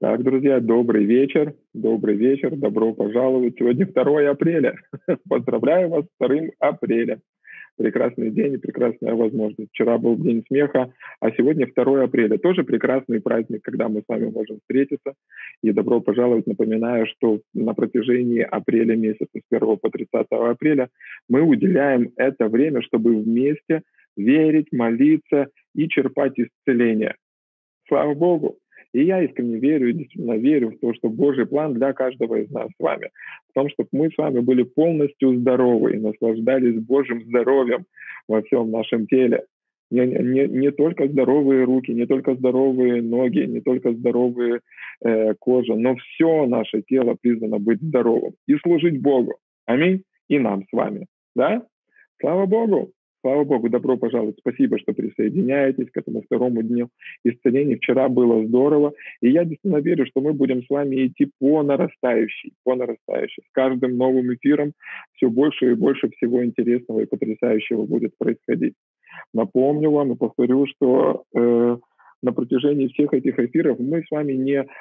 Так, друзья, добрый вечер, добро пожаловать. Сегодня 2 апреля. Поздравляю вас с 2 апреля. Прекрасный день и прекрасная возможность. Вчера был День смеха, а сегодня 2 апреля. Тоже прекрасный праздник, когда мы с вами можем встретиться. И добро пожаловать. Напоминаю, что на протяжении апреля месяца, с 1 по 30 апреля, мы уделяем это время, чтобы вместе верить, молиться и черпать исцеление. Слава Богу! И я искренне верю, и действительно верю в то, что Божий план для каждого из нас с вами, в том, чтобы мы с вами были полностью здоровы и наслаждались Божьим здоровьем во всем нашем теле. Не только здоровые руки, не только здоровые ноги, не только здоровые кожа, но все наше тело призвано быть здоровым и служить Богу. Аминь. И нам с вами. Да? Слава Богу! Слава Богу, добро пожаловать. Спасибо, что присоединяетесь к этому 2-му дню исцеления. Вчера было здорово. И я действительно верю, что мы будем с вами идти по нарастающей. С каждым новым эфиром все больше и больше всего интересного и потрясающего будет происходить. Напомню вам и повторю, что на протяжении всех этих эфиров мы с вами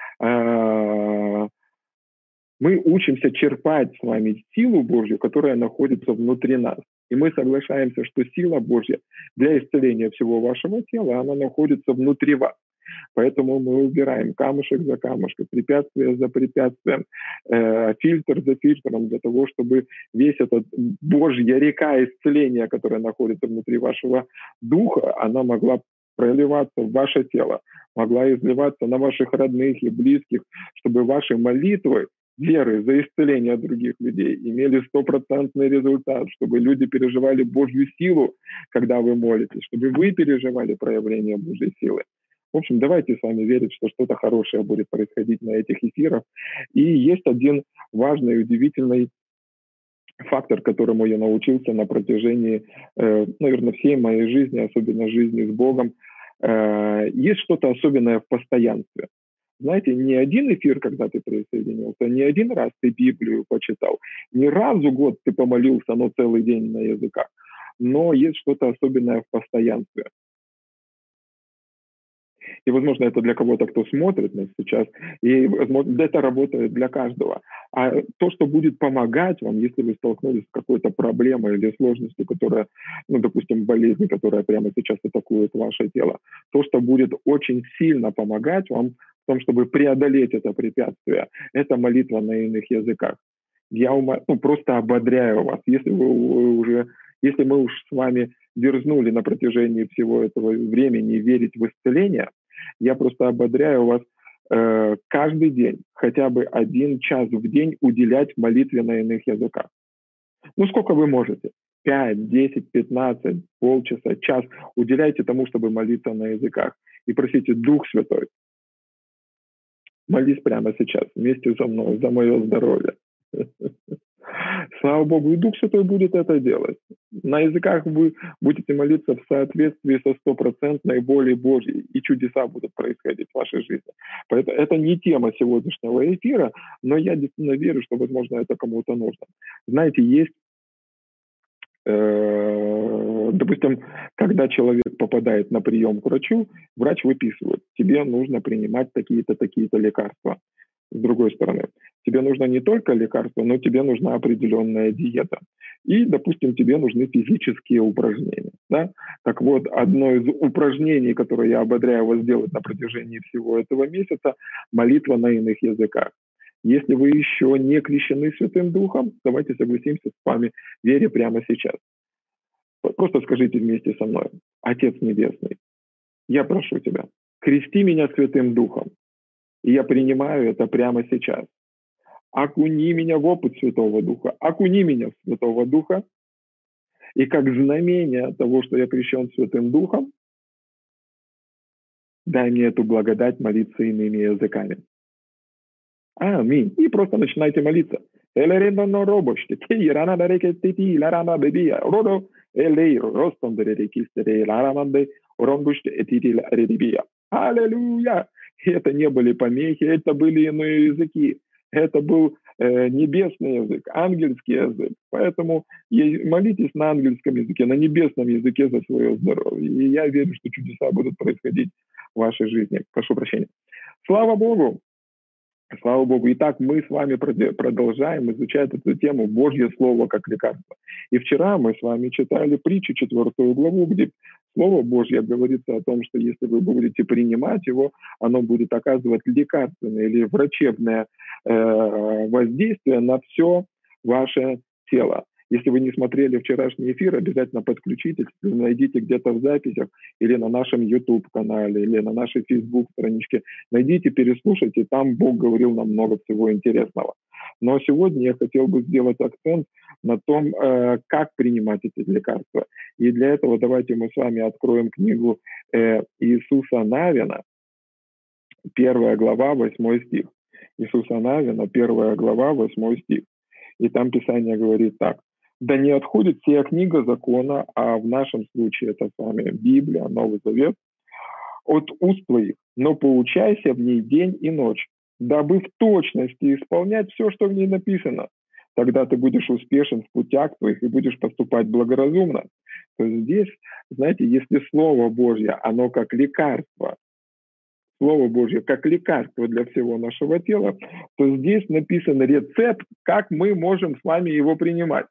мы учимся черпать с вами силу Божью, которая находится внутри нас. И мы соглашаемся, что сила Божья для исцеления всего вашего тела, она находится внутри вас. Поэтому мы убираем камушек за камушком, препятствие за препятствием, фильтр за фильтром, для того, чтобы весь этот Божья река исцеления, которая находится внутри вашего духа, она могла проливаться в ваше тело, могла изливаться на ваших родных и близких, чтобы ваши молитвы веры за исцеление других людей имели 100% результат, чтобы люди переживали Божью силу, когда вы молитесь, чтобы вы переживали проявление Божьей силы. В общем, давайте с вами верить, что что-то хорошее будет происходить на этих эфирах. И есть один важный и удивительный фактор, которому я научился на протяжении, наверное, всей моей жизни, особенно жизни с Богом. Есть что-то особенное в постоянстве. Знаете, не один эфир, когда ты присоединился, не один раз ты Библию почитал, не раз в год ты помолился, но целый день на языках, но есть что-то особенное в постоянстве. И, возможно, это для кого-то, кто смотрит нас сейчас, и, возможно, это работает для каждого. А то, что будет помогать вам, если вы столкнулись с какой-то проблемой или сложностью, которая, допустим, болезнь, которая прямо сейчас атакует ваше тело, то, что будет очень сильно помогать вам в том, чтобы преодолеть это препятствие, это молитва на иных языках. Я просто ободряю вас, если мы уж с вами дерзнули на протяжении всего этого времени верить в исцеление, я просто ободряю вас каждый день, хотя бы 1 час в день уделять молитве на иных языках. Сколько вы можете? 5, 10, 15, полчаса, час. Уделяйте тому, чтобы молиться на языках. И просите: Дух Святой, молись прямо сейчас вместе со мной за мое здоровье. Слава Богу, и Дух Святой будет это делать. На языках вы будете молиться в соответствии со 100% волей Божьей, и чудеса будут происходить в вашей жизни. Поэтому это не тема сегодняшнего эфира, но я действительно верю, что, возможно, это кому-то нужно. Знаете, есть, допустим, когда человек попадает на прием к врачу, врач выписывает: тебе нужно принимать такие-то, такие-то лекарства. С другой стороны, тебе нужно не только лекарства, но тебе нужна определенная диета. И, допустим, тебе нужны физические упражнения. Да? Так вот, одно из упражнений, которое я ободряю вас делать на протяжении всего этого месяца, молитва на иных языках. Если вы еще не крещены Святым Духом, давайте согласимся с вами в вере прямо сейчас. Просто скажите вместе со мной: Отец Небесный, я прошу Тебя, крести меня Святым Духом. И я принимаю это прямо сейчас. Окуни меня в опыт Святого Духа. Окуни меня в Святого Духа. И как знамение того, что я крещен Святым Духом, дай мне эту благодать молиться иными языками. Аминь. И просто начинайте молиться. Аллилуйя! Это не были помехи, это были иные языки. Это был небесный язык, ангельский язык. Поэтому молитесь на ангельском языке, на небесном языке за свое здоровье. И я верю, что чудеса будут происходить в вашей жизни. Прошу прощения. Слава Богу! Слава Богу. Итак, мы с вами продолжаем изучать эту тему «Божье Слово как лекарство». И вчера мы с вами читали притчу 4 главу, где Слово Божье говорится о том, что если вы будете принимать его, оно будет оказывать лекарственное или врачебное воздействие на все ваше тело. Если вы не смотрели вчерашний эфир, обязательно подключитесь, найдите где-то в записях или на нашем YouTube-канале, или на нашей Facebook-страничке. Найдите, переслушайте, там Бог говорил нам много всего интересного. Но сегодня я хотел бы сделать акцент на том, как принимать эти лекарства. И для этого давайте мы с вами откроем книгу Иисуса Навина, 1 глава, 8 стих. Иисуса Навина, 1 глава, 8 стих. И там Писание говорит так. «Да не отходит сия книга закона, а в нашем случае это с вами Библия, Новый Завет, от уст твоих, но поучайся в ней день и ночь, дабы в точности исполнять все, что в ней написано. Тогда ты будешь успешен в путях твоих и будешь поступать благоразумно». То есть здесь, знаете, если Слово Божье, оно как лекарство, Слово Божье как лекарство для всего нашего тела, то здесь написан рецепт, как мы можем с вами его принимать.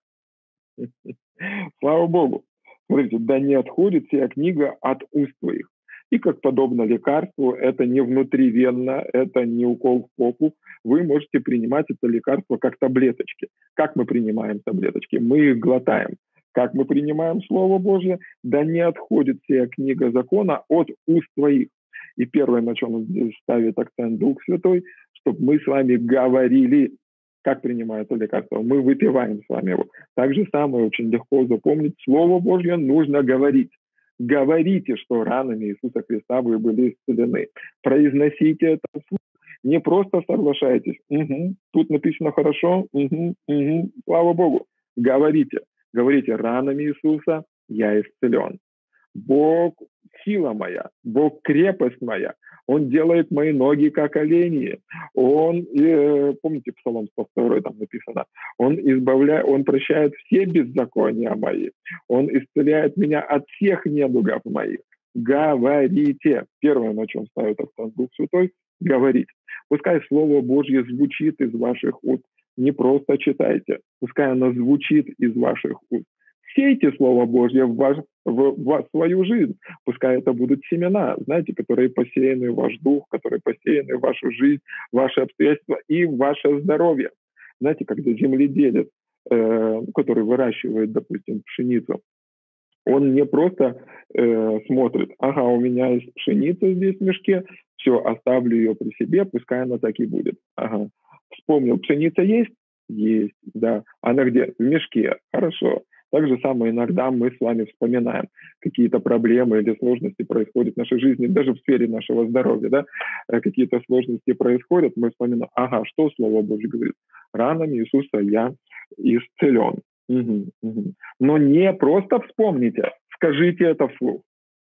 Слава Богу. Смотрите, да не отходит сия книга от уст твоих. И как подобно лекарству, это не внутривенно, это не укол в попу. Вы можете принимать это лекарство как таблеточки. Как мы принимаем таблеточки? Мы их глотаем. Как мы принимаем Слово Божье? Да не отходит сия книга закона от уст твоих. И первое, на чем здесь ставит акцент Дух Святой, чтобы мы с вами говорили, как принимается лекарство. Мы выпиваем с вами его. Так же самое очень легко запомнить. Слово Божье нужно говорить. Говорите, что ранами Иисуса Христа вы были исцелены. Произносите это вслух. Не просто соглашайтесь. Угу, тут написано хорошо. Угу, угу, слава Богу. Говорите. Говорите, ранами Иисуса я исцелен. Бог сила моя, Бог крепость моя. Он делает мои ноги как оленьи. Он, помните, Псалом 102 там написано, Он избавляет, Он прощает все беззакония мои. Он исцеляет меня от всех недугов моих. Говорите. Первое, на чем ставит акцент Дух Святой, говорить. Пускай Слово Божье звучит из ваших уст. Не просто читайте. Пускай оно звучит из ваших уст. Сейте Слово Божье в свою жизнь. Пускай это будут семена, знаете, которые посеяны в ваш дух, которые посеяны в вашу жизнь, в ваши обстоятельства и в ваше здоровье. Знаете, когда земледелец, который выращивает, допустим, пшеницу, он не просто смотрит, ага, у меня есть пшеница здесь в мешке, все, оставлю ее при себе, пускай она так и будет. Ага. Вспомнил, пшеница есть? Есть, да. Она где? В мешке. Хорошо. Так же самое иногда мы с вами вспоминаем, какие-то проблемы или сложности происходят в нашей жизни, даже в сфере нашего здоровья, да, какие-то сложности происходят, мы вспоминаем, ага, что Слово Божье говорит? Ранами Иисуса я исцелен. Угу, угу. Но не просто вспомните, скажите это вслух.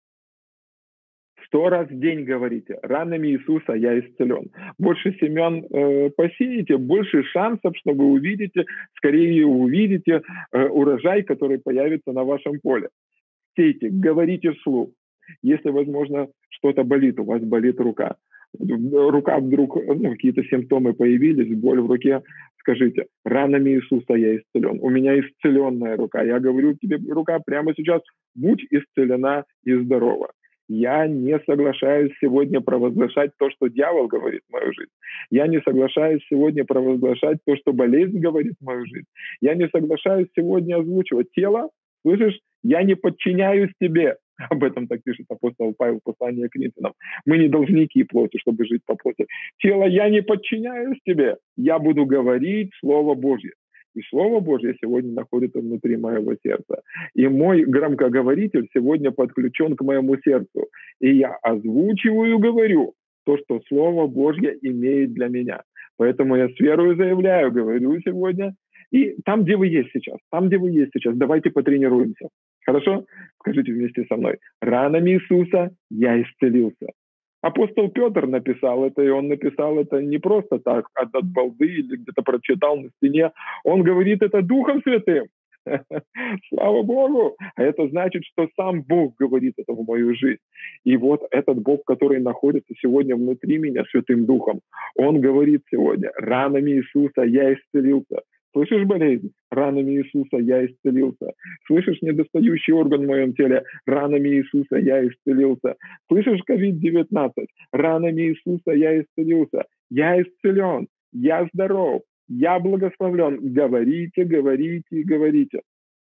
100 раз в день говорите, ранами Иисуса я исцелен. Больше семян посеете, больше шансов, что вы увидите, скорее увидите урожай, который появится на вашем поле. Сейте, говорите вслух. Если, возможно, что-то болит, у вас болит рука. Рука вдруг, какие-то симптомы появились, боль в руке, скажите, ранами Иисуса я исцелен. У меня исцеленная рука. Я говорю тебе, рука, прямо сейчас будь исцелена и здорова. Я не соглашаюсь сегодня провозглашать то, что дьявол говорит в мою жизнь. Я не соглашаюсь сегодня провозглашать то, что болезнь говорит в мою жизнь. Я не соглашаюсь сегодня озвучивать тело. Слышишь, я не подчиняюсь тебе. Об этом так пишет апостол Павел в послании к Коринфянам. Мы не должники плоти, чтобы жить по плоти. Тело, я не подчиняюсь тебе. Я буду говорить Слово Божье. И Слово Божье сегодня находится внутри моего сердца. И мой громкоговоритель сегодня подключен к моему сердцу. И я озвучиваю, говорю то, что Слово Божье имеет для меня. Поэтому я с верой заявляю, говорю сегодня. И там, где вы есть сейчас, давайте потренируемся. Хорошо? Скажите вместе со мной. Ранами Иисуса я исцелился. Апостол Петр написал это, и он написал это не просто так, от балды или где-то прочитал на стене. Он говорит это Духом Святым. Слава Богу! А это значит, что сам Бог говорит это в мою жизнь. И вот этот Бог, который находится сегодня внутри меня Святым Духом, Он говорит сегодня: ранами Иисуса я исцелился. Слышишь болезнь? Ранами Иисуса я исцелился. Слышишь недостающий орган в моем теле? Ранами Иисуса я исцелился. Слышишь COVID-19? Ранами Иисуса я исцелился. Я исцелен. Я здоров. Я благословлен. Говорите, говорите и говорите.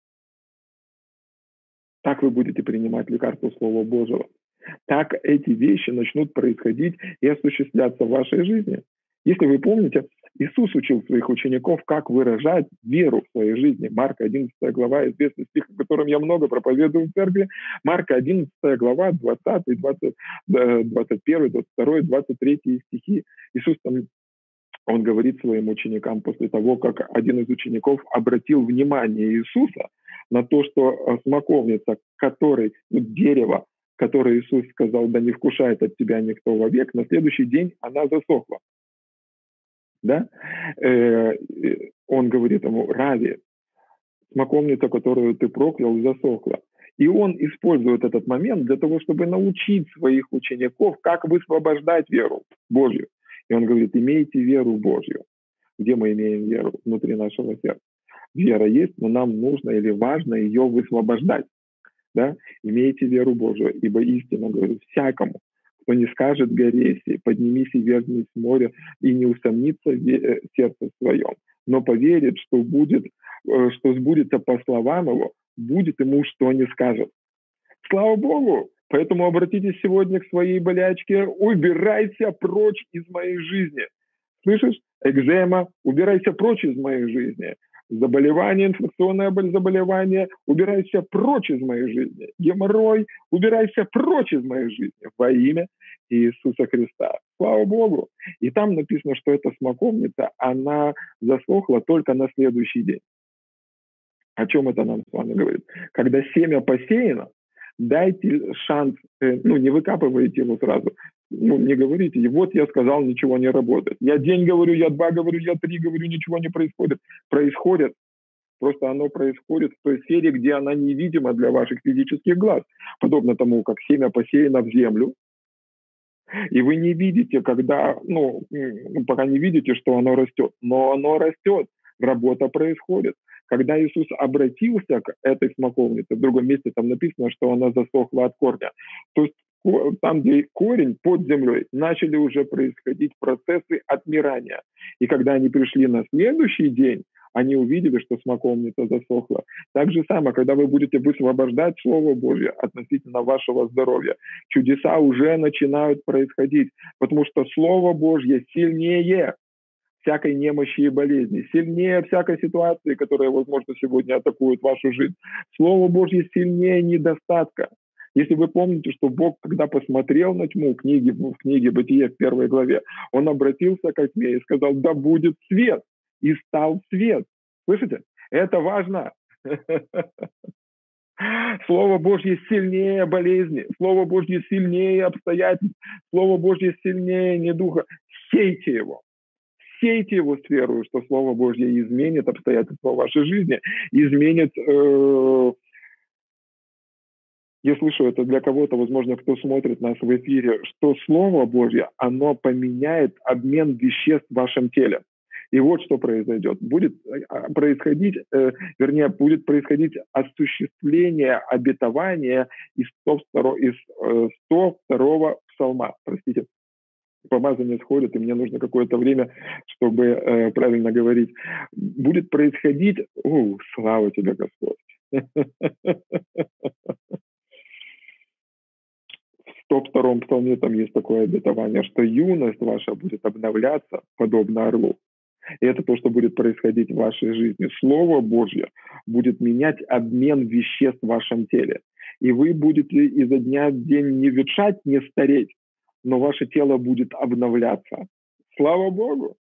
Так вы будете принимать лекарство Слова Божьего. Так эти вещи начнут происходить и осуществляться в вашей жизни. Если вы помните, Иисус учил своих учеников, как выражать веру в своей жизни. Марка 11 глава, известный стих, о котором я много проповедую в церкви. Марка 11 глава, 20, 20, 21, 22, 23 стихи. Иисус там, Он говорит своим ученикам после того, как один из учеников обратил внимание Иисуса на то, что смоковница, дерево, которое Иисус сказал: да не вкушает от тебя никто вовек, на следующий день она засохла. Да? Он говорит ему: Рави, смоковница, которую ты проклял, засохла. И он использует этот момент для того, чтобы научить своих учеников, как высвобождать веру Божью. И он говорит: имейте веру Божью. Где мы имеем веру? Внутри нашего сердца. Вера есть, но нам нужно или важно ее высвобождать. Да? Имейте веру Божию, ибо истинно говорю всякому, кто не скажет горе сей, поднимись и вернись в море, и не усомнится в сердце своем, но поверит, что сбудется по словам его, будет ему, что не скажет. Слава Богу! Поэтому обратитесь сегодня к своей болячке: убирайся прочь из моей жизни. Слышишь? Экзема, убирайся прочь из моей жизни. Заболевание, инфекционное заболевание, убирайся прочь из моей жизни. Геморрой, убирайся прочь из моей жизни во имя Иисуса Христа. Слава Богу! И там написано, что эта смоковница, она засохла только на следующий день. О чем это нам с вами говорит? Когда семя посеяно, дайте шанс, не выкапывайте его сразу, не говорите: вот я сказал, ничего не работает. Я день говорю, я 2 говорю, я 3 говорю, ничего не происходит. Происходит. Просто оно происходит в той сфере, где она невидима для ваших физических глаз. Подобно тому, как семя посеяно в землю, и вы не видите, пока не видите, что оно растет. Но оно растет, работа происходит. Когда Иисус обратился к этой смоковнице, в другом месте там написано, что она засохла от корня. То есть там, где корень под землей, начали уже происходить процессы отмирания. И когда они пришли на следующий день, они увидели, что смоковница засохла. Так же самое, когда вы будете высвобождать Слово Божье относительно вашего здоровья, чудеса уже начинают происходить, потому что Слово Божье сильнее всякой немощи и болезни, сильнее всякой ситуации, которая, возможно, сегодня атакует вашу жизнь. Слово Божье сильнее недостатка. Если вы помните, что Бог, когда посмотрел на тьму в книге Бытие в 1 главе, Он обратился ко тьме и сказал: да будет свет, и стал свет. Слышите? Это важно. Слово Божье сильнее болезни, Слово Божье сильнее обстоятельств, Слово Божье сильнее недуха. Сейте его. Сейте его с верой, что Слово Божье изменит обстоятельства вашей жизни, изменит... Я слышу это для кого-то, возможно, кто смотрит нас в эфире, что Слово Божье, оно поменяет обмен веществ в вашем теле. И вот что произойдет. Будет происходить осуществление обетования из 102 псалма. Простите, помазание сходит, и мне нужно какое-то время, чтобы правильно говорить. Будет происходить... слава тебе, Господь! В 102-м псалме там есть такое обетование, что юность ваша будет обновляться подобно орлу. И это то, что будет происходить в вашей жизни. Слово Божье будет менять обмен веществ в вашем теле. И вы будете изо дня в день не ветшать, не стареть, но ваше тело будет обновляться. Слава Богу!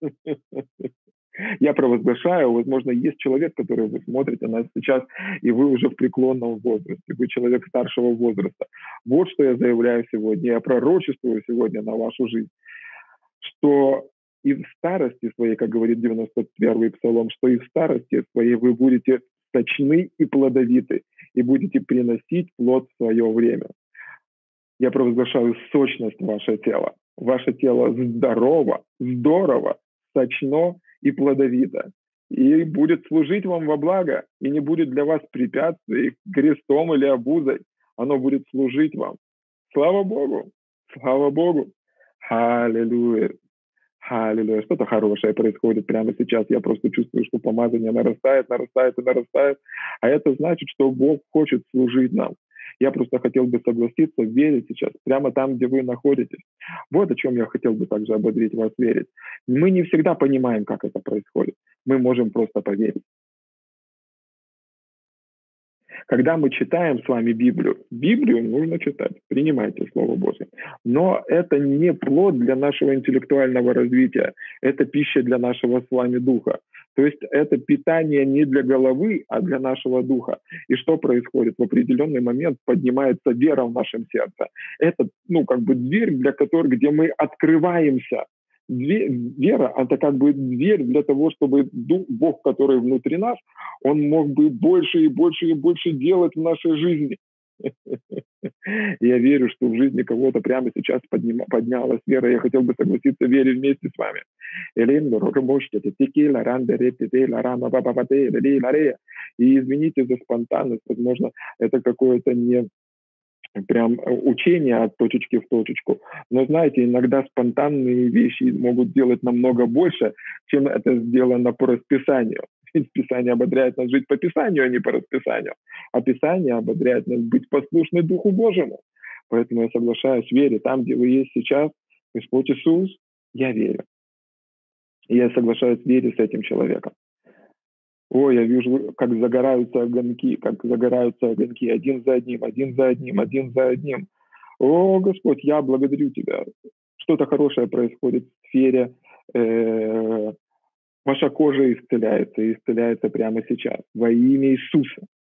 Я провозглашаю, возможно, есть человек, который вы смотрите нас сейчас, и вы уже в преклонном возрасте, вы человек старшего возраста. Вот что я заявляю сегодня, я пророчествую сегодня на вашу жизнь, что и в старости своей, как говорит 91-й псалом, что и в старости своей вы будете сочны и плодовиты, и будете приносить плод в свое время. Я провозглашаю сочность в ваше тело. Ваше тело здорово, сочно и плодовито. И будет служить вам во благо, и не будет для вас препятствий, крестом или обузой. Оно будет служить вам. Слава Богу! Слава Богу! Аллилуйя! Аллилуйя! Что-то хорошее происходит прямо сейчас. Я просто чувствую, что помазание нарастает, нарастает и нарастает. А это значит, что Бог хочет служить нам. Я просто хотел бы согласиться, верить сейчас, прямо там, где вы находитесь. Вот о чем я хотел бы также ободрить вас верить. Мы не всегда понимаем, как это происходит. Мы можем просто поверить. Когда мы читаем с вами Библию нужно читать, принимайте Слово Божье. Но это не плод для нашего интеллектуального развития, это пища для нашего с вами духа. То есть это питание не для головы, а для нашего духа. И что происходит? В определенный момент поднимается вера в нашем сердце. Это, дверь, где мы открываемся. Вера — это дверь для того, чтобы Бог, который внутри нас, Он мог бы больше и больше и больше делать в нашей жизни. Я верю, что в жизни кого-то прямо сейчас поднялась вера. Я хотел бы согласиться верить вместе с вами. И извините за спонтанность, возможно, это какое-то не прям учение от точечки в точечку. Но, знаете, иногда спонтанные вещи могут делать намного больше, чем это сделано по расписанию. Ведь Писание ободряет нас жить по Писанию, а не по расписанию. А Писание ободряет нас быть послушны Духу Божьему. Поэтому я соглашаюсь, верю. Там, где вы есть сейчас, Господь Иисус, я верю. И я соглашаюсь верить с этим человеком. Я вижу, как загораются огоньки, один за одним, один за одним, один за одним. О, Господь, я благодарю Тебя. Что-то хорошее происходит в сфере. Ваша кожа исцеляется прямо сейчас. Во имя Иисуса.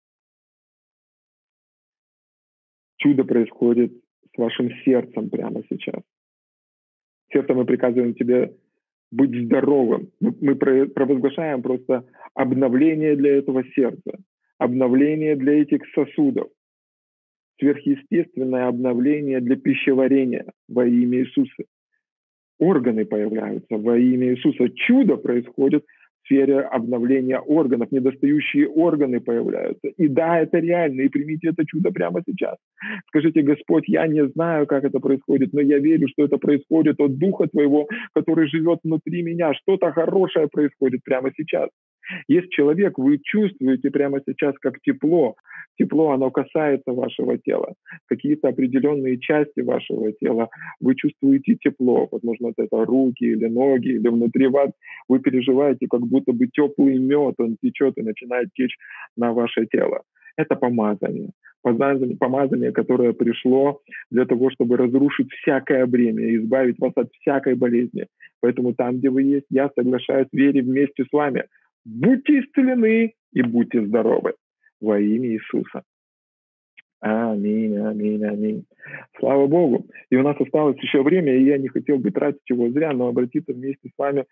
Чудо происходит с вашим сердцем прямо сейчас. Сердцем мы приказываем Тебе быть здоровым. Мы провозглашаем просто обновление для этого сердца, обновление для этих сосудов, сверхъестественное обновление для пищеварения во имя Иисуса. Органы появляются во имя Иисуса. Чудо происходит в сфере обновления органов. Недостающие органы появляются. И да, это реально. И примите это чудо прямо сейчас. Скажите: Господь, я не знаю, как это происходит, но я верю, что это происходит от Духа Твоего, который живет внутри меня. Что-то хорошее происходит прямо сейчас. Есть человек, вы чувствуете прямо сейчас, как тепло. Тепло, оно касается вашего тела. Какие-то определенные части вашего тела, вы чувствуете тепло. Возможно, это руки или ноги, или внутри вас. Вы переживаете, как будто бы теплый мед, он течет и начинает течь на ваше тело. Это помазание. Помазание, которое пришло для того, чтобы разрушить всякое бремя, избавить вас от всякой болезни. Поэтому там, где вы есть, я соглашаюсь верить вместе с вами. Будьте исцелены и будьте здоровы во имя Иисуса. Аминь, аминь, аминь. Слава Богу. И у нас осталось еще время, и я не хотел бы тратить его зря, но обратиться вместе с вами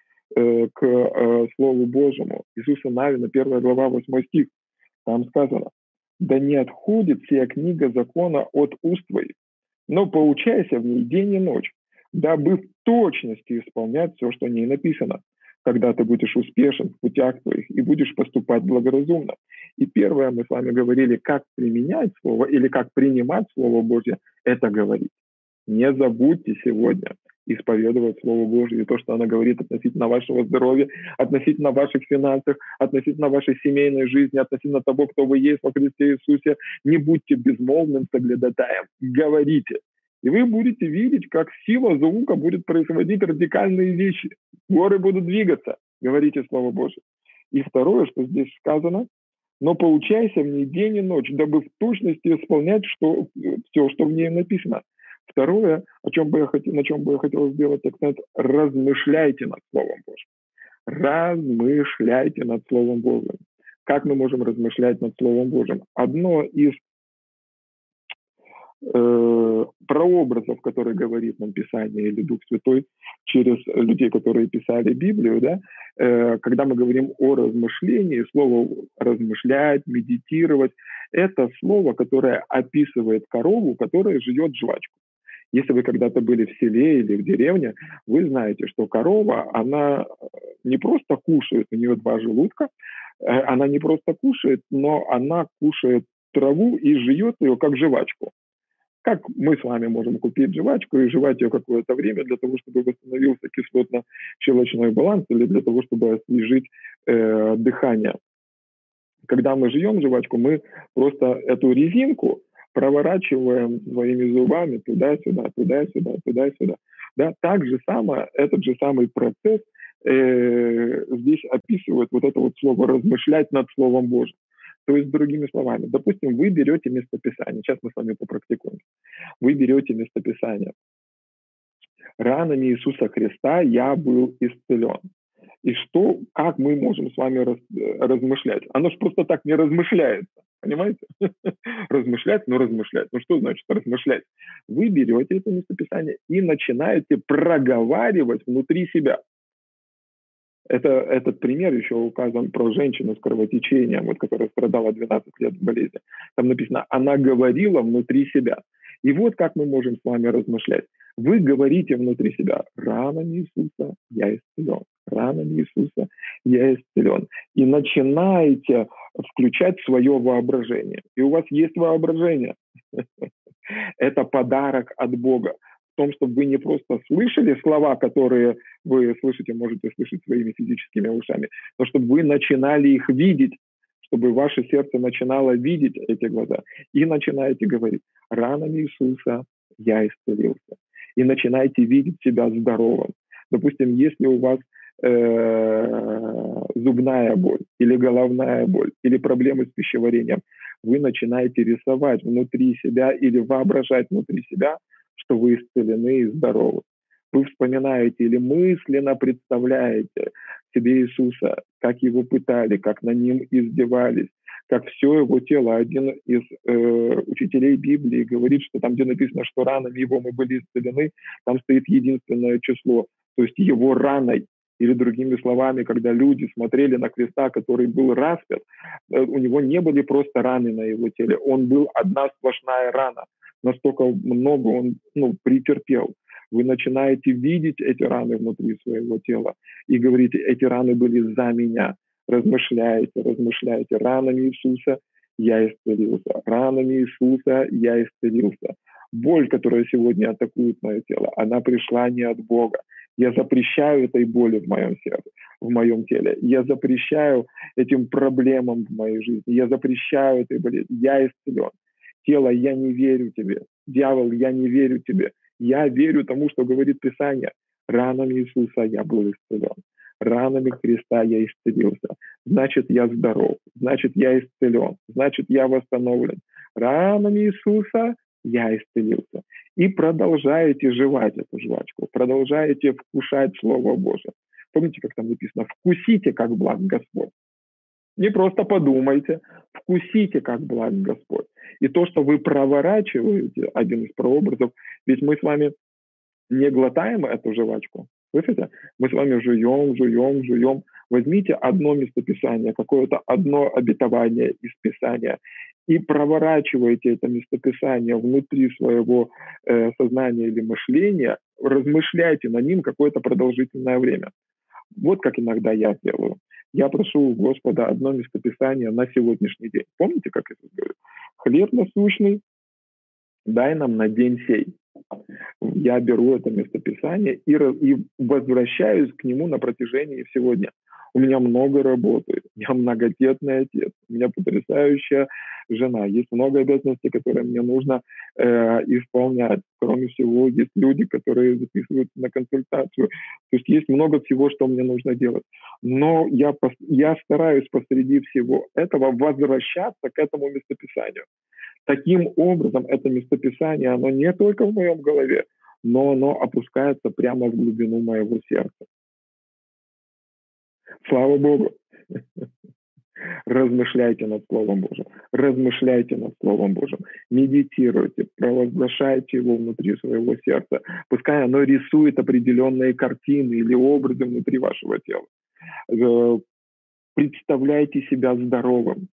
к Слову Божьему. Иисуса Навина, 1 глава, 8 стих. Там сказано: «Да не отходит сия книга закона от уст твоих, но поучайся в ней день и ночь, дабы в точности исполнять все, что в ней написано. Когда ты будешь успешен в путях твоих и будешь поступать благоразумно». И первое, мы с вами говорили, как применять Слово или как принимать Слово Божье, это говорить. Не забудьте сегодня исповедовать Слово Божье и то, что оно говорит относительно вашего здоровья, относительно ваших финансов, относительно вашей семейной жизни, относительно того, кто вы есть во Христе Иисусе. Не будьте безмолвным соглядатаем, говорите. И вы будете видеть, как сила звука будет производить радикальные вещи. Горы будут двигаться. Говорите Слово Божье. И второе, что здесь сказано: «Но поучайся в ней день и ночь, дабы в точности исполнять все, что в ней написано». Второе, на чем бы я хотел сделать акцент: размышляйте над Словом Божьим. Размышляйте над Словом Божьим. Как мы можем размышлять над Словом Божьим? Одно из прообразов, которые говорит нам Писание или Дух Святой через людей, которые писали Библию, да, когда мы говорим о размышлении, слово «размышлять», «медитировать» — это слово, которое описывает корову, которая жует жвачку. Если вы когда-то были в селе или в деревне, вы знаете, что корова, она не просто кушает, у нее два желудка, она не просто кушает, но она кушает траву и жует ее как жвачку. Как мы с вами можем купить жвачку и жевать ее какое-то время для того, чтобы восстановился кислотно-щелочной баланс или для того, чтобы освежить дыхание. Когда мы жуем жвачку, мы просто эту резинку проворачиваем своими зубами туда-сюда, туда-сюда, туда-сюда. Да? Так же самое, этот же самый процесс здесь описывает вот это вот слово «размышлять над Словом Божьим». То есть, другими словами, допустим, вы берете местописание, сейчас мы с вами попрактикуем, вы берете местописание. Ранами Иисуса Христа я был исцелен. И что, как мы можем с вами размышлять? Оно же просто так не размышляется, понимаете? Размышлять, ну размышлять. Ну что значит размышлять? Вы берете это местописание и начинаете проговаривать внутри себя. Этот пример еще указан про женщину с кровотечением, вот, которая страдала 12 лет в болезни. Там написано, она говорила внутри себя. И вот как мы можем с вами размышлять. Вы говорите внутри себя, ранами Иисуса я исцелен, ранами Иисуса я исцелен. И начинаете включать свое воображение. И у вас есть воображение. Это подарок от Бога. В том, чтобы вы не просто слышали слова, которые вы слышите, можете слышать своими физическими ушами, но чтобы вы начинали их видеть, чтобы ваше сердце начинало видеть эти глаза. И начинаете говорить, ранами Иисуса я исцелился. И начинаете видеть себя здоровым. Допустим, если у вас зубная боль, или головная боль, или проблемы с пищеварением, вы начинаете рисовать внутри себя или воображать внутри себя, что вы исцелены и здоровы. Вы вспоминаете или мысленно представляете себе Иисуса, как его пытали, как над ним издевались, как все его тело. Один из учителей Библии говорит, что там, где написано, что ранами его мы были исцелены, там стоит единственное число, то есть его раной. Или другими словами, когда люди смотрели на Христа, который был распят, у него не были просто раны на его теле, он был одна сплошная рана. Настолько много он претерпел. Вы начинаете видеть эти раны внутри своего тела и говорите, эти раны были за меня. Размышляете, размышляете. Ранами Иисуса я исцелился. Ранами Иисуса я исцелился. Боль, которая сегодня атакует мое тело, она пришла не от Бога. Я запрещаю этой боли в моем сердце, в моем теле. Я запрещаю этим проблемам в моей жизни. Я запрещаю этой болезни. Я исцелен. Тело, я не верю тебе. Дьявол, я не верю тебе. Я верю тому, что говорит Писание. Ранами Иисуса я был исцелен. Ранами Христа я исцелился. Значит, я здоров. Значит, я исцелен. Значит, я восстановлен. Ранами Иисуса я исцелился. И продолжаете жевать эту жвачку. Продолжаете вкушать Слово Божие. Помните, как там написано? Вкусите, как благ Господь. Не просто подумайте, вкусите, как благ Господь. И то, что вы проворачиваете, один из прообразов, ведь мы с вами не глотаем эту жвачку. Слышите? Мы с вами жуем, жуем, жуем. Возьмите одно местописание, какое-то одно обетование из Писания и проворачивайте это местописание внутри своего сознания или мышления, размышляйте над ним какое-то продолжительное время. Вот как иногда я делаю. Я прошу у Господа одно местописание на сегодняшний день. Помните, как это говорю? Хлеб насущный дай нам на день сей. Я беру это местописание и возвращаюсь к нему на протяжении всего дня. У меня много работы, я многодетный отец, у меня потрясающая жена, есть много обязанностей, которые мне нужно исполнять. Кроме всего, есть люди, которые записываются на консультацию. То есть есть много всего, что мне нужно делать. Но я стараюсь посреди всего этого возвращаться к этому местописанию. Таким образом, это местописание, оно не только в моем голове, но оно опускается прямо в глубину моего сердца. Слава Богу! Размышляйте над Словом Божьим. Размышляйте над Словом Божьим. Медитируйте, провозглашайте его внутри своего сердца. Пускай оно рисует определенные картины или образы внутри вашего тела. Представляйте себя здоровым.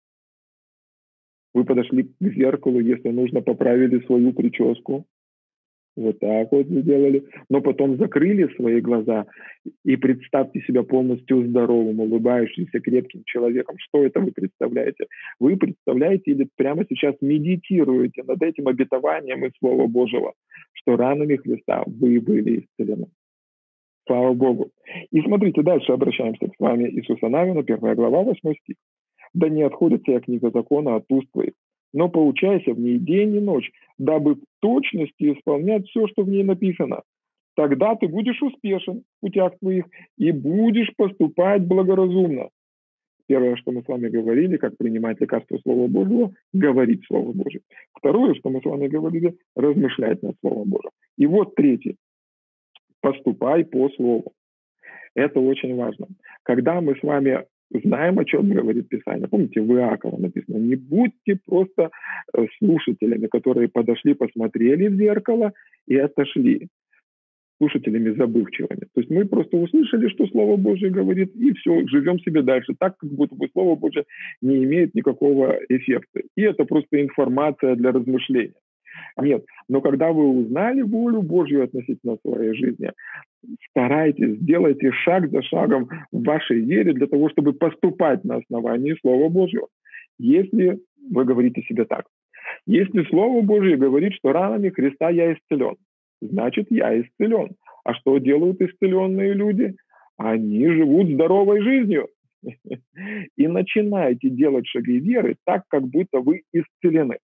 Вы подошли к зеркалу, если нужно, поправили свою прическу. Вот так вот сделали. Но потом закрыли свои глаза и представьте себя полностью здоровым, улыбающимся, крепким человеком. Что это вы представляете? Вы представляете или прямо сейчас медитируете над этим обетованием из Слова Божьего, что ранами Христа вы были исцелены. Слава Богу. И смотрите, дальше обращаемся к вами Иисуса Навина, 1 глава, 8 стих. «Да не отходит сия книга закона от уст твоих, но поучайся в ней день и ночь, дабы в точности исполнять все, что в ней написано. Тогда ты будешь успешен в путях твоих и будешь поступать благоразумно». Первое, что мы с вами говорили, как принимать лекарство Слова Божьего, говорить Слово Божье. Второе, что мы с вами говорили, размышлять над Словом Божьим. И вот третье. Поступай по Слову. Это очень важно. Когда мы с вами знаем, о чем говорит Писание, помните, в Иакова написано, не будьте просто слушателями, которые подошли, посмотрели в зеркало и отошли, слушателями забывчивыми. То есть мы просто услышали, что Слово Божье говорит, и все, живем себе дальше, так, как будто бы Слово Божье не имеет никакого эффекта. И это просто информация для размышления. Нет, но когда вы узнали волю Божью относительно своей жизни, старайтесь, делайте шаг за шагом в вашей вере для того, чтобы поступать на основании Слова Божьего. Если вы говорите себе так, если Слово Божье говорит, что ранами Христа я исцелен, значит, я исцелен. А что делают исцеленные люди? Они живут здоровой жизнью. И начинайте делать шаги веры так, как будто вы исцелены.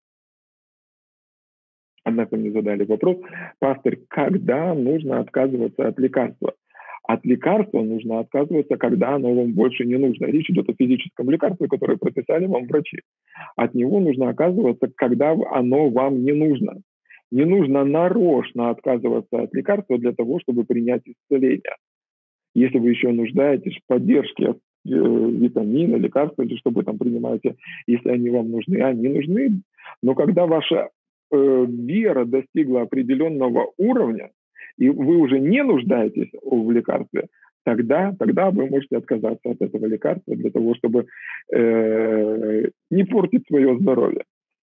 Однако мне задали вопрос, пастор, когда нужно отказываться от лекарства? От лекарства нужно отказываться, когда оно вам больше не нужно. Речь идет о физическом лекарстве, которое прописали вам врачи. От него нужно отказываться, когда оно вам не нужно. Не нужно нарочно отказываться от лекарства для того, чтобы принять исцеление. Если вы еще нуждаетесь в поддержке от витамина, лекарства, или что вы там принимаете, если они вам нужны, они нужны. Но когда ваша вера достигла определенного уровня, и вы уже не нуждаетесь в лекарстве, тогда вы можете отказаться от этого лекарства для того, чтобы не портить свое здоровье.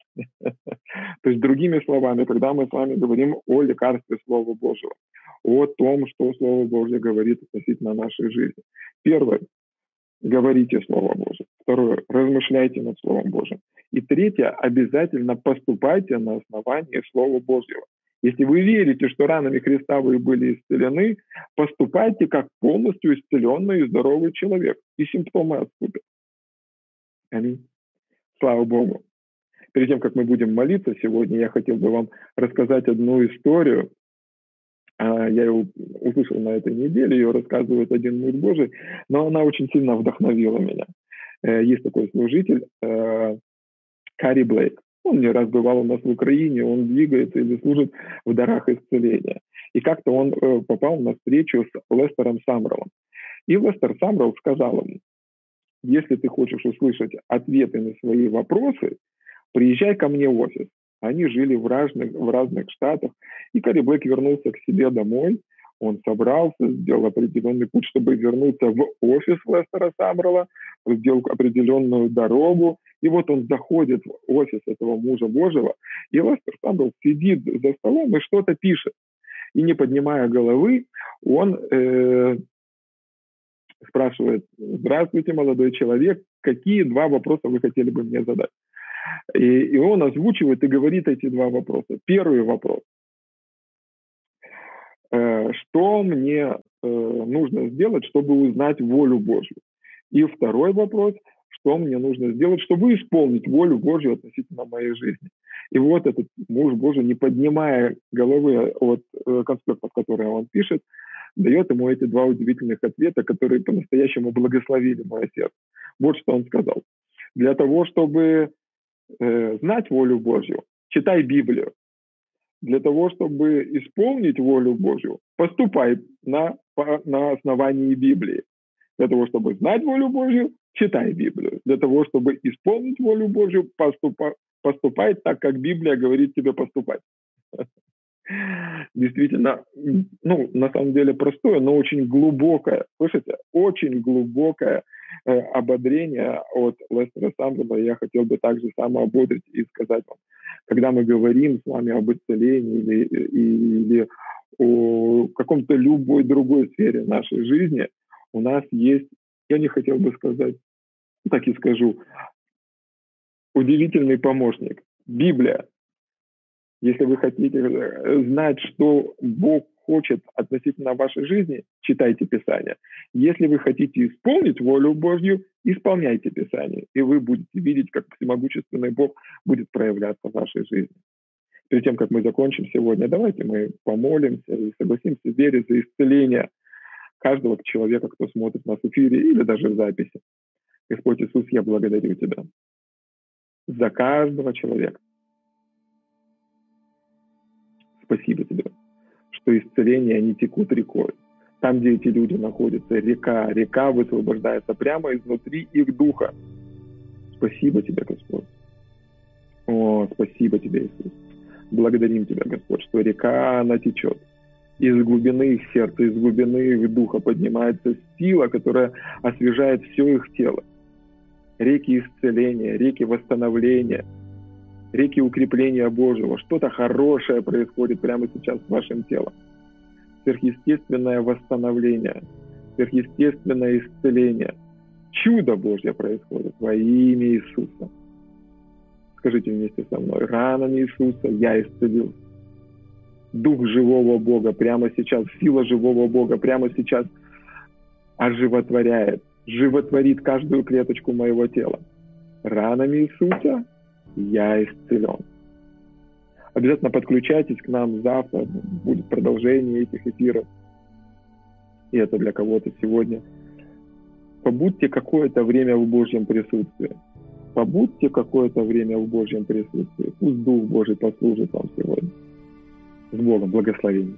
То есть, другими словами, когда мы с вами говорим о лекарстве Слова Божьего, о том, что Слово Божье говорит относительно нашей жизни. Первое – говорите Слово Божье. Второе – размышляйте над Словом Божьим. И третье – обязательно поступайте на основании Слова Божьего. Если вы верите, что ранами Христа вы были исцелены, поступайте как полностью исцеленный и здоровый человек, и симптомы отступят. Аминь. Слава Богу. Перед тем, как мы будем молиться сегодня, я хотел бы вам рассказать одну историю. Я ее услышал на этой неделе, ее рассказывает один муж Божий, но она очень сильно вдохновила меня. Есть такой служитель, Кари Блейк. Он не раз бывал у нас в Украине, он двигается или служит в дарах исцеления. И как-то он попал на встречу с Лестером Самреллом. И Лестер Самрелл сказал ему, если ты хочешь услышать ответы на свои вопросы, приезжай ко мне в офис. Они жили в разных штатах. И Кари Блейк вернулся к себе домой. Он собрался, сделал определенный путь, чтобы вернуться в офис Лестера Самрелла, сделал определенную дорогу. И вот он заходит в офис этого мужа Божьего, и Лестер Самрелл сидит за столом и что-то пишет. И не поднимая головы, он спрашивает, здравствуйте, молодой человек, какие два вопроса вы хотели бы мне задать? И он озвучивает и говорит эти два вопроса. Первый вопрос. Что мне нужно сделать, чтобы узнать волю Божью? И второй вопрос. Что мне нужно сделать, чтобы исполнить волю Божью относительно моей жизни? И вот этот муж Божий, не поднимая головы от конспектов, которые он пишет, дает ему эти два удивительных ответа, которые по-настоящему благословили мое сердце. Вот что он сказал. Для того, чтобы знать волю Божью, читай Библию. Для того, чтобы исполнить волю Божью, поступай на основании Библии. Для того, чтобы знать волю Божью, читай Библию. Для того, чтобы исполнить волю Божью, поступай так, как Библия говорит тебе поступать. Действительно, на самом деле простое, но очень глубокое, слышите, очень глубокое ободрение от Лестера Самбурга. Я хотел бы также самоободрить и сказать вам, когда мы говорим с вами об исцелении или о каком-то любой другой сфере нашей жизни, у нас есть, я не хотел бы сказать, так и скажу, удивительный помощник – Библия. Если вы хотите знать, что Бог хочет относительно вашей жизни, читайте Писание. Если вы хотите исполнить волю Божью, исполняйте Писание, и вы будете видеть, как всемогущественный Бог будет проявляться в вашей жизни. Перед тем, как мы закончим сегодня, давайте мы помолимся и согласимся верить за исцеление каждого человека, кто смотрит нас в эфире или даже в записи. Господь Иисус, я благодарю Тебя за каждого человека. Спасибо Тебе, что исцеления, они текут рекой. Там, где эти люди находятся, река высвобождается прямо изнутри их духа. Спасибо Тебе, Господь. О, спасибо Тебе, Иисус. Благодарим Тебя, Господь, что река, она течет. Из глубины их сердца, из глубины их духа поднимается сила, которая освежает все их тело. Реки исцеления, реки восстановления, реки укрепления Божьего. Что-то хорошее происходит прямо сейчас с вашим телом. Сверхъестественное восстановление, сверхъестественное исцеление. Чудо Божье происходит во имя Иисуса. Скажите вместе со мной: ранами Иисуса я исцелился. Дух живого Бога прямо сейчас, сила живого Бога прямо сейчас оживотворяет, животворит каждую клеточку моего тела. Ранами Иисуса я исцелен. Обязательно подключайтесь к нам завтра, будет продолжение этих эфиров. И это для кого-то сегодня. Побудьте какое-то время в Божьем присутствии. Побудьте какое-то время в Божьем присутствии. Пусть Дух Божий послужит вам сегодня. С Богом, благословений.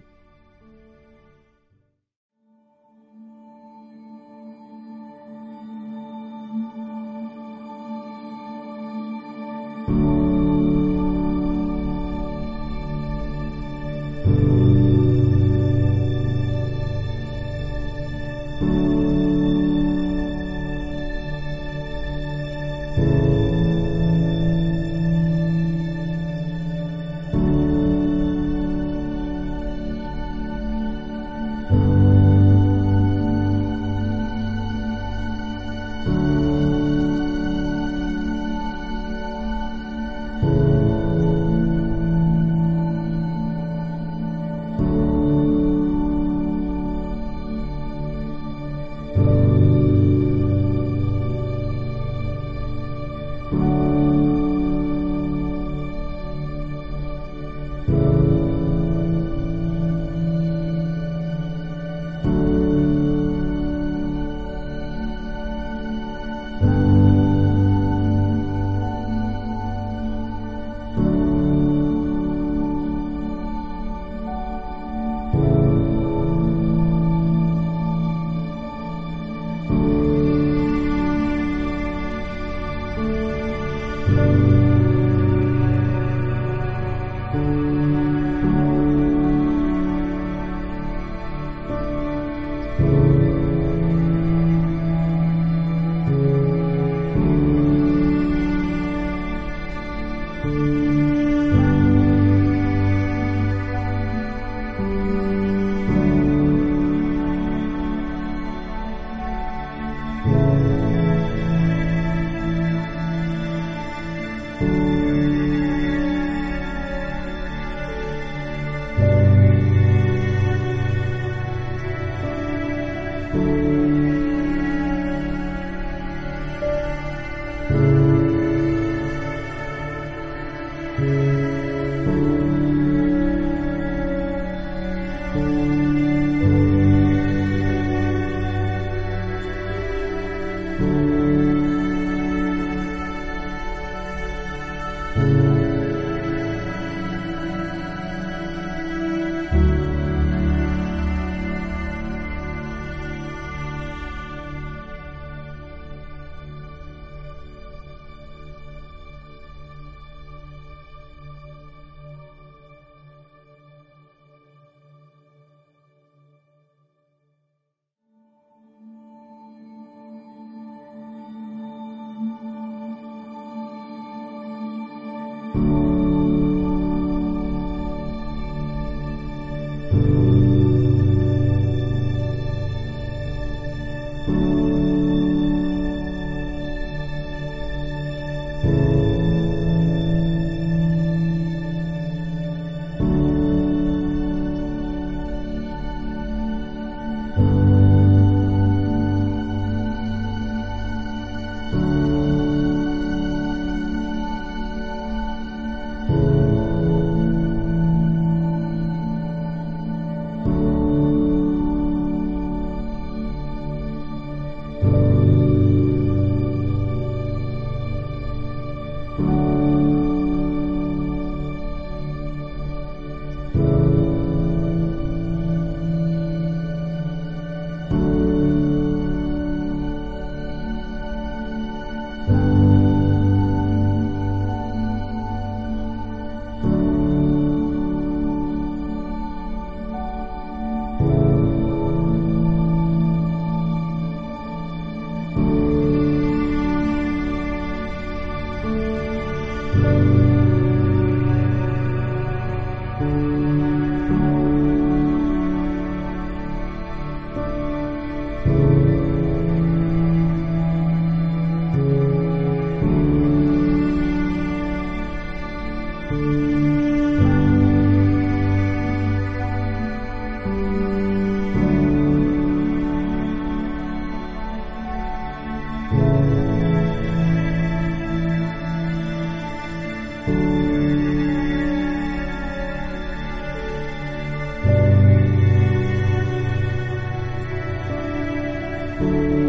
you.